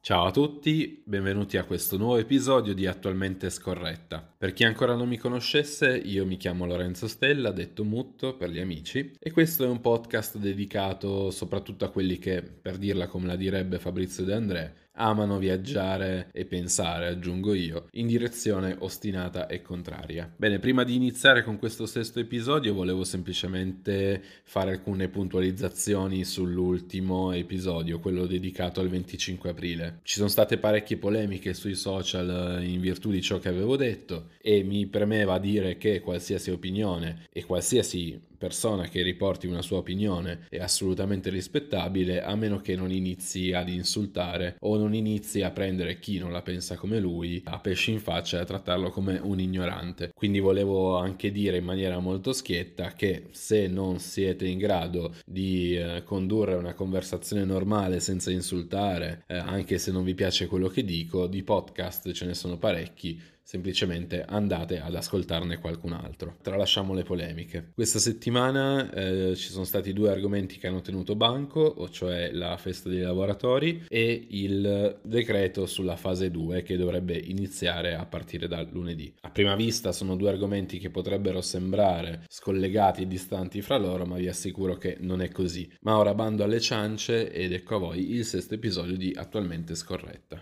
Ciao a tutti, benvenuti a questo nuovo episodio di Attualmente Scorretta. Per chi ancora non mi conoscesse, io mi chiamo Lorenzo Stella, detto Mutto per gli amici, e questo è un podcast dedicato soprattutto a quelli che, per dirla come la direbbe Fabrizio De André, amano viaggiare e pensare, aggiungo io, in direzione ostinata e contraria. Bene, prima di iniziare con questo sesto episodio volevo semplicemente fare alcune puntualizzazioni sull'ultimo episodio, quello dedicato al 25 aprile. Ci sono state parecchie polemiche sui social in virtù di ciò che avevo detto e mi premeva dire che qualsiasi opinione e qualsiasi persona che riporti una sua opinione è assolutamente rispettabile, a meno che non inizi ad insultare o non inizi a prendere chi non la pensa come lui a pesci in faccia e a trattarlo come un ignorante. Quindi volevo anche dire in maniera molto schietta che se non siete in grado di condurre una conversazione normale senza insultare, anche se non vi piace quello che dico, di podcast ce ne sono parecchi, semplicemente andate ad ascoltarne qualcun altro. Tralasciamo le polemiche. Questa settimana ci sono stati due argomenti che hanno tenuto banco, cioè la festa dei lavoratori e il decreto sulla fase 2 che dovrebbe iniziare a partire dal lunedì. A prima vista sono due argomenti che potrebbero sembrare scollegati e distanti fra loro, ma vi assicuro che non è così. Ma ora bando alle ciance ed ecco a voi il sesto episodio di Attualmente Scorretta.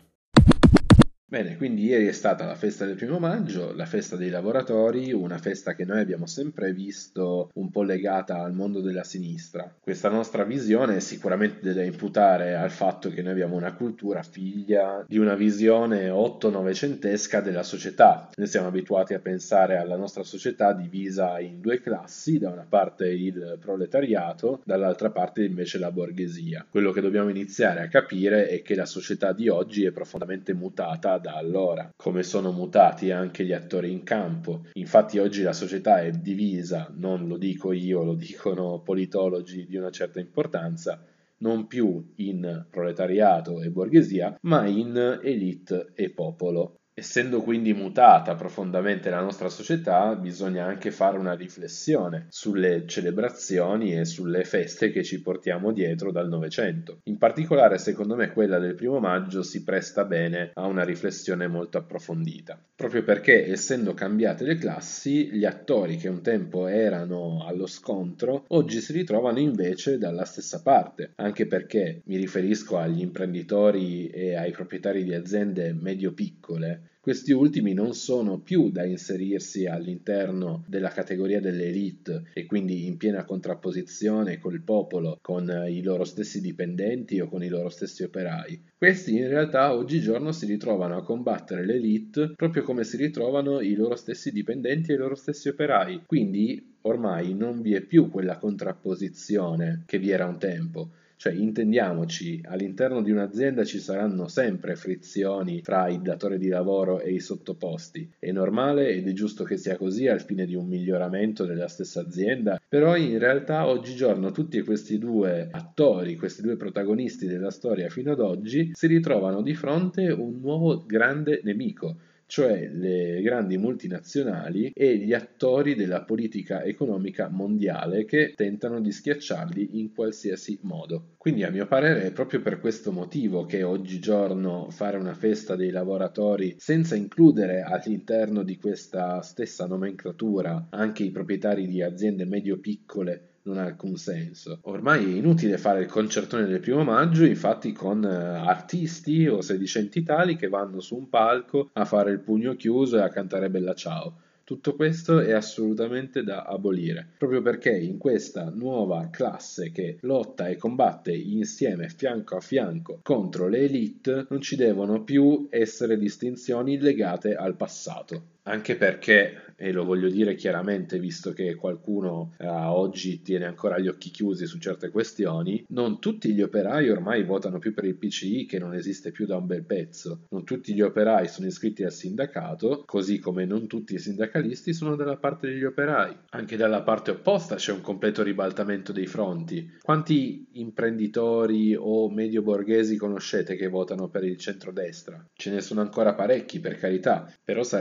Bene, quindi ieri è stata la festa del primo maggio, la festa dei lavoratori, una festa che noi abbiamo sempre visto un po' legata al mondo della sinistra. Questa nostra visione è sicuramente da imputare al fatto che noi abbiamo una cultura figlia di una visione otto-novecentesca della società. Noi siamo abituati a pensare alla nostra società divisa in due classi, da una parte il proletariato, dall'altra parte invece la borghesia. Quello che dobbiamo iniziare a capire è che la società di oggi è profondamente mutata da allora, come sono mutati anche gli attori in campo. Infatti oggi la società è divisa, non lo dico io, lo dicono politologi di una certa importanza, non più in proletariato e borghesia, ma in elite e popolo. Essendo quindi mutata profondamente la nostra società, bisogna anche fare una riflessione sulle celebrazioni e sulle feste che ci portiamo dietro dal Novecento. In particolare, secondo me, quella del primo maggio si presta bene a una riflessione molto approfondita, proprio perché, essendo cambiate le classi, gli attori che un tempo erano allo scontro, oggi si ritrovano invece dalla stessa parte, anche perché mi riferisco agli imprenditori e ai proprietari di aziende medio-piccole. Questi ultimi non sono più da inserirsi all'interno della categoria dell'elite e quindi in piena contrapposizione col popolo, con i loro stessi dipendenti o con i loro stessi operai. Questi in realtà oggigiorno si ritrovano a combattere l'elite proprio come si ritrovano i loro stessi dipendenti e i loro stessi operai. Quindi ormai non vi è più quella contrapposizione che vi era un tempo. Cioè, intendiamoci, all'interno di un'azienda ci saranno sempre frizioni fra il datore di lavoro e i sottoposti. È normale ed è giusto che sia così al fine di un miglioramento della stessa azienda, però in realtà oggigiorno tutti questi due attori, questi due protagonisti della storia fino ad oggi, si ritrovano di fronte a un nuovo grande nemico, cioè le grandi multinazionali e gli attori della politica economica mondiale che tentano di schiacciarli in qualsiasi modo. Quindi a mio parere è proprio per questo motivo che oggigiorno fare una festa dei lavoratori senza includere all'interno di questa stessa nomenclatura anche i proprietari di aziende medio-piccole non ha alcun senso. Ormai è inutile fare il concertone del primo maggio, infatti, con artisti o sedicenti tali che vanno su un palco a fare il pugno chiuso e a cantare Bella Ciao. Tutto questo è assolutamente da abolire, proprio perché in questa nuova classe che lotta e combatte insieme fianco a fianco contro le elite non ci devono più essere distinzioni legate al passato. Anche perché, e lo voglio dire chiaramente, visto che qualcuno oggi tiene ancora gli occhi chiusi su certe questioni, non tutti gli operai ormai votano più per il PCI che non esiste più da un bel pezzo. Non tutti gli operai sono iscritti al sindacato, così come non tutti i sindacalisti sono dalla parte degli operai. Anche dalla parte opposta c'è un completo ribaltamento dei fronti. Quanti imprenditori o medio borghesi conoscete che votano per il centrodestra? Ce ne sono ancora parecchi, per carità, però sarebbe assurdo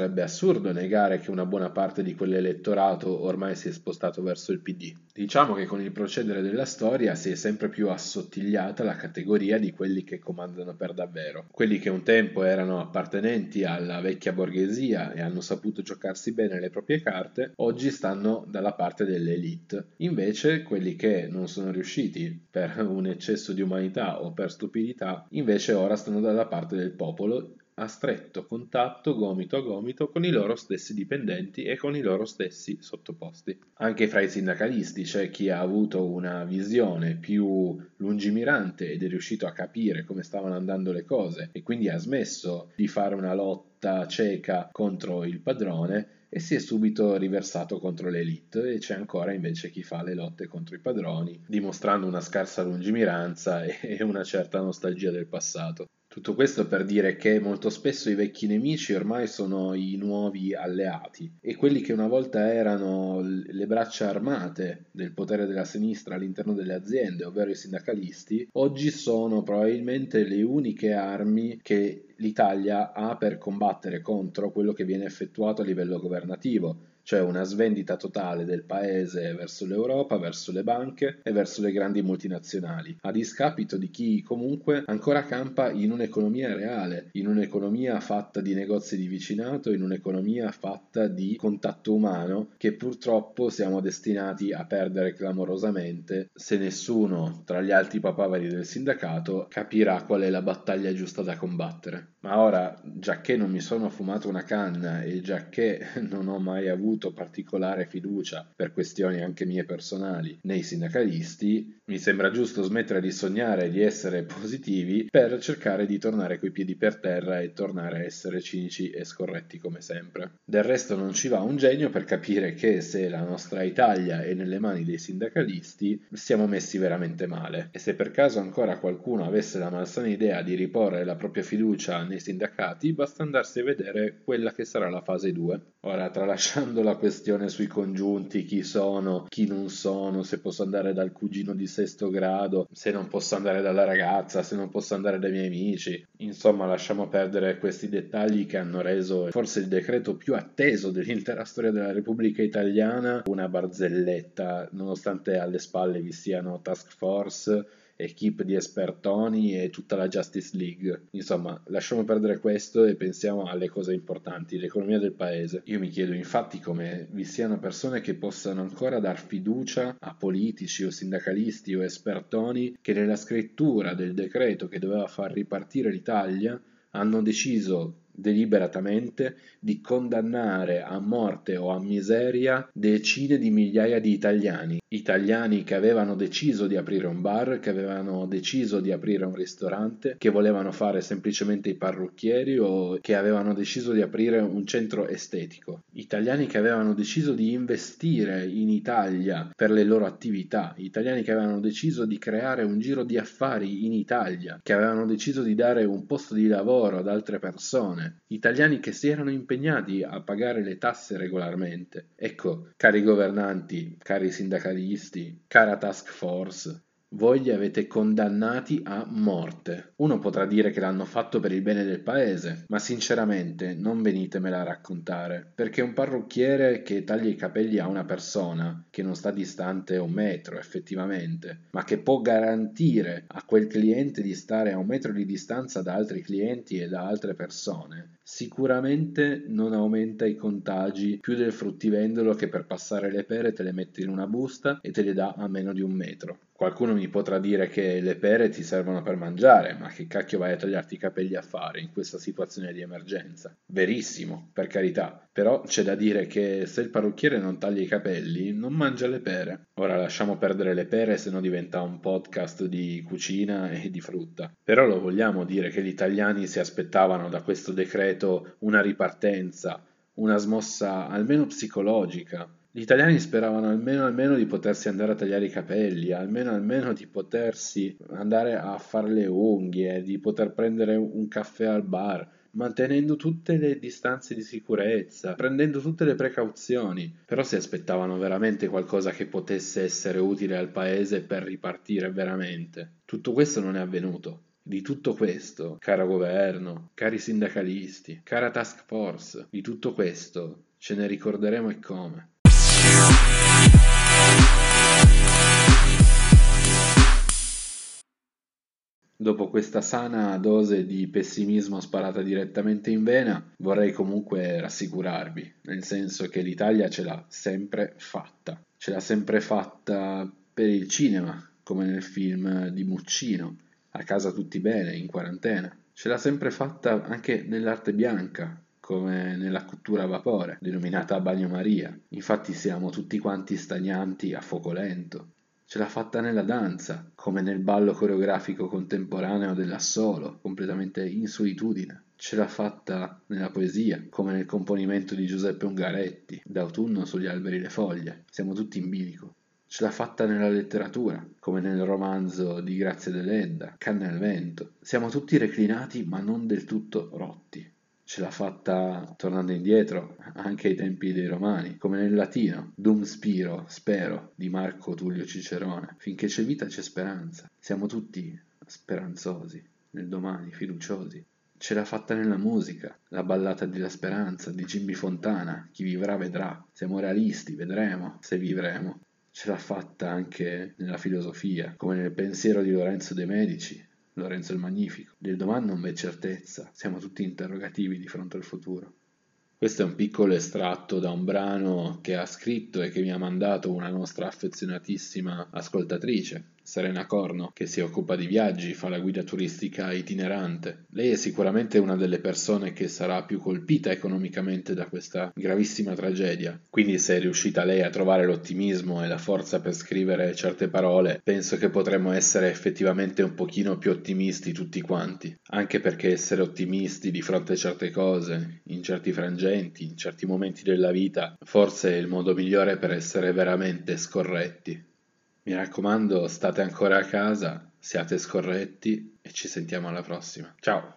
assurdo negare che una buona parte di quell'elettorato ormai si è spostato verso il PD. Diciamo che con il procedere della storia si è sempre più assottigliata la categoria di quelli che comandano per davvero. Quelli che un tempo erano appartenenti alla vecchia borghesia e hanno saputo giocarsi bene le proprie carte, oggi stanno dalla parte dell'elite. Invece quelli che non sono riusciti per un eccesso di umanità o per stupidità, invece ora stanno dalla parte del popolo a stretto contatto, gomito a gomito, con i loro stessi dipendenti e con i loro stessi sottoposti. Anche fra i sindacalisti c'è chi ha avuto una visione più lungimirante ed è riuscito a capire come stavano andando le cose e quindi ha smesso di fare una lotta cieca contro il padrone e si è subito riversato contro l'elite, e c'è ancora invece chi fa le lotte contro i padroni, dimostrando una scarsa lungimiranza e una certa nostalgia del passato. Tutto questo per dire che molto spesso i vecchi nemici ormai sono i nuovi alleati e quelli che una volta erano le braccia armate del potere della sinistra all'interno delle aziende, ovvero i sindacalisti, oggi sono probabilmente le uniche armi che l'Italia ha per combattere contro quello che viene effettuato a livello governativo, cioè una svendita totale del paese verso l'Europa, verso le banche e verso le grandi multinazionali, a discapito di chi comunque ancora campa in un'economia reale, in un'economia fatta di negozi di vicinato, in un'economia fatta di contatto umano che purtroppo siamo destinati a perdere clamorosamente se nessuno tra gli alti papaveri del sindacato capirà qual è la battaglia giusta da combattere. Ma ora, giacché non mi sono fumato una canna e giacché non ho mai avuto particolare fiducia per questioni anche mie personali nei sindacalisti, mi sembra giusto smettere di sognare e di essere positivi per cercare di tornare coi piedi per terra e tornare a essere cinici e scorretti come sempre. Del resto non ci va un genio per capire che se la nostra Italia è nelle mani dei sindacalisti siamo messi veramente male, e se per caso ancora qualcuno avesse la malsana idea di riporre la propria fiducia nei sindacati, basta andarsi a vedere quella che sarà la fase 2. Ora, tralasciando la questione sui congiunti, chi sono, chi non sono, se posso andare dal cugino di sesto grado, se non posso andare dalla ragazza, se non posso andare dai miei amici, insomma lasciamo perdere questi dettagli che hanno reso forse il decreto più atteso dell'intera storia della Repubblica Italiana una barzelletta, nonostante alle spalle vi siano task force, equipe di espertoni e tutta la Justice League. Insomma, lasciamo perdere questo e pensiamo alle cose importanti, l'economia del paese. Io mi chiedo infatti come vi siano persone che possano ancora dar fiducia a politici o sindacalisti o espertoni che nella scrittura del decreto che doveva far ripartire l'Italia hanno deciso deliberatamente di condannare a morte o a miseria decine di migliaia di italiani che avevano deciso di aprire un bar, che avevano deciso di aprire un ristorante, che volevano fare semplicemente i parrucchieri o che avevano deciso di aprire un centro estetico, italiani che avevano deciso di investire in Italia per le loro attività, italiani che avevano deciso di creare un giro di affari in Italia, che avevano deciso di dare un posto di lavoro ad altre persone, italiani che si erano impegnati a pagare le tasse regolarmente. Ecco, cari governanti, cari sindacalisti, cara task force, voi li avete condannati a morte. Uno potrà dire che l'hanno fatto per il bene del paese, ma sinceramente non venitemela a raccontare, perché un parrucchiere che taglia i capelli a una persona che non sta distante un metro effettivamente, ma che può garantire a quel cliente di stare a un metro di distanza da altri clienti e da altre persone, sicuramente non aumenta i contagi più del fruttivendolo che per passare le pere te le mette in una busta e te le dà a meno di un metro. Qualcuno mi potrà dire che le pere ti servono per mangiare, ma che cacchio vai a tagliarti i capelli a fare in questa situazione di emergenza? Verissimo, per carità, però c'è da dire che se il parrucchiere non taglia i capelli, non mangia le pere. Ora lasciamo perdere le pere, se no diventa un podcast di cucina e di frutta. Però lo vogliamo dire che gli italiani si aspettavano da questo decreto una ripartenza, una smossa almeno psicologica. Gli italiani speravano almeno di potersi andare a tagliare i capelli, almeno di potersi andare a fare le unghie, di poter prendere un caffè al bar, mantenendo tutte le distanze di sicurezza, prendendo tutte le precauzioni. Però si aspettavano veramente qualcosa che potesse essere utile al paese per ripartire veramente. Tutto questo non è avvenuto. Di tutto questo, caro governo, cari sindacalisti, cara task force, di tutto questo ce ne ricorderemo e come. Dopo questa sana dose di pessimismo sparata direttamente in vena, vorrei comunque rassicurarvi, nel senso che l'Italia ce l'ha sempre fatta. Ce l'ha sempre fatta per il cinema, come nel film di Muccino, A casa tutti bene, in quarantena. Ce l'ha sempre fatta anche nell'arte bianca, come nella cottura a vapore, denominata a bagnomaria. Infatti siamo tutti quanti stagnanti a fuoco lento. Ce l'ha fatta nella danza, come nel ballo coreografico contemporaneo dell'assolo, completamente in solitudine. Ce l'ha fatta nella poesia, come nel componimento di Giuseppe Ungaretti, D'autunno sugli alberi le foglie. Siamo tutti in bilico. Ce l'ha fatta nella letteratura, come nel romanzo di Grazia Deledda, Canne al vento. Siamo tutti reclinati ma non del tutto rotti. Ce l'ha fatta, tornando indietro, anche ai tempi dei Romani, come nel latino, Dum spiro, spero, di Marco Tullio Cicerone. Finché c'è vita c'è speranza. Siamo tutti speranzosi, nel domani, fiduciosi. Ce l'ha fatta nella musica, la ballata della speranza di Jimmy Fontana, chi vivrà vedrà. Siamo realisti, vedremo se vivremo. Ce l'ha fatta anche nella filosofia, come nel pensiero di Lorenzo de' Medici, Lorenzo il Magnifico. Del domani non v'è certezza, siamo tutti interrogativi di fronte al futuro. Questo è un piccolo estratto da un brano che ha scritto e che mi ha mandato una nostra affezionatissima ascoltatrice, Serena Corno, che si occupa di viaggi, fa la guida turistica itinerante. Lei è sicuramente una delle persone che sarà più colpita economicamente da questa gravissima tragedia. Quindi se è riuscita lei a trovare l'ottimismo e la forza per scrivere certe parole, penso che potremmo essere effettivamente un pochino più ottimisti tutti quanti. Anche perché essere ottimisti di fronte a certe cose, in certi frangenti, in certi momenti della vita, forse è il modo migliore per essere veramente scorretti. Mi raccomando, state ancora a casa, siate scorretti e ci sentiamo alla prossima. Ciao!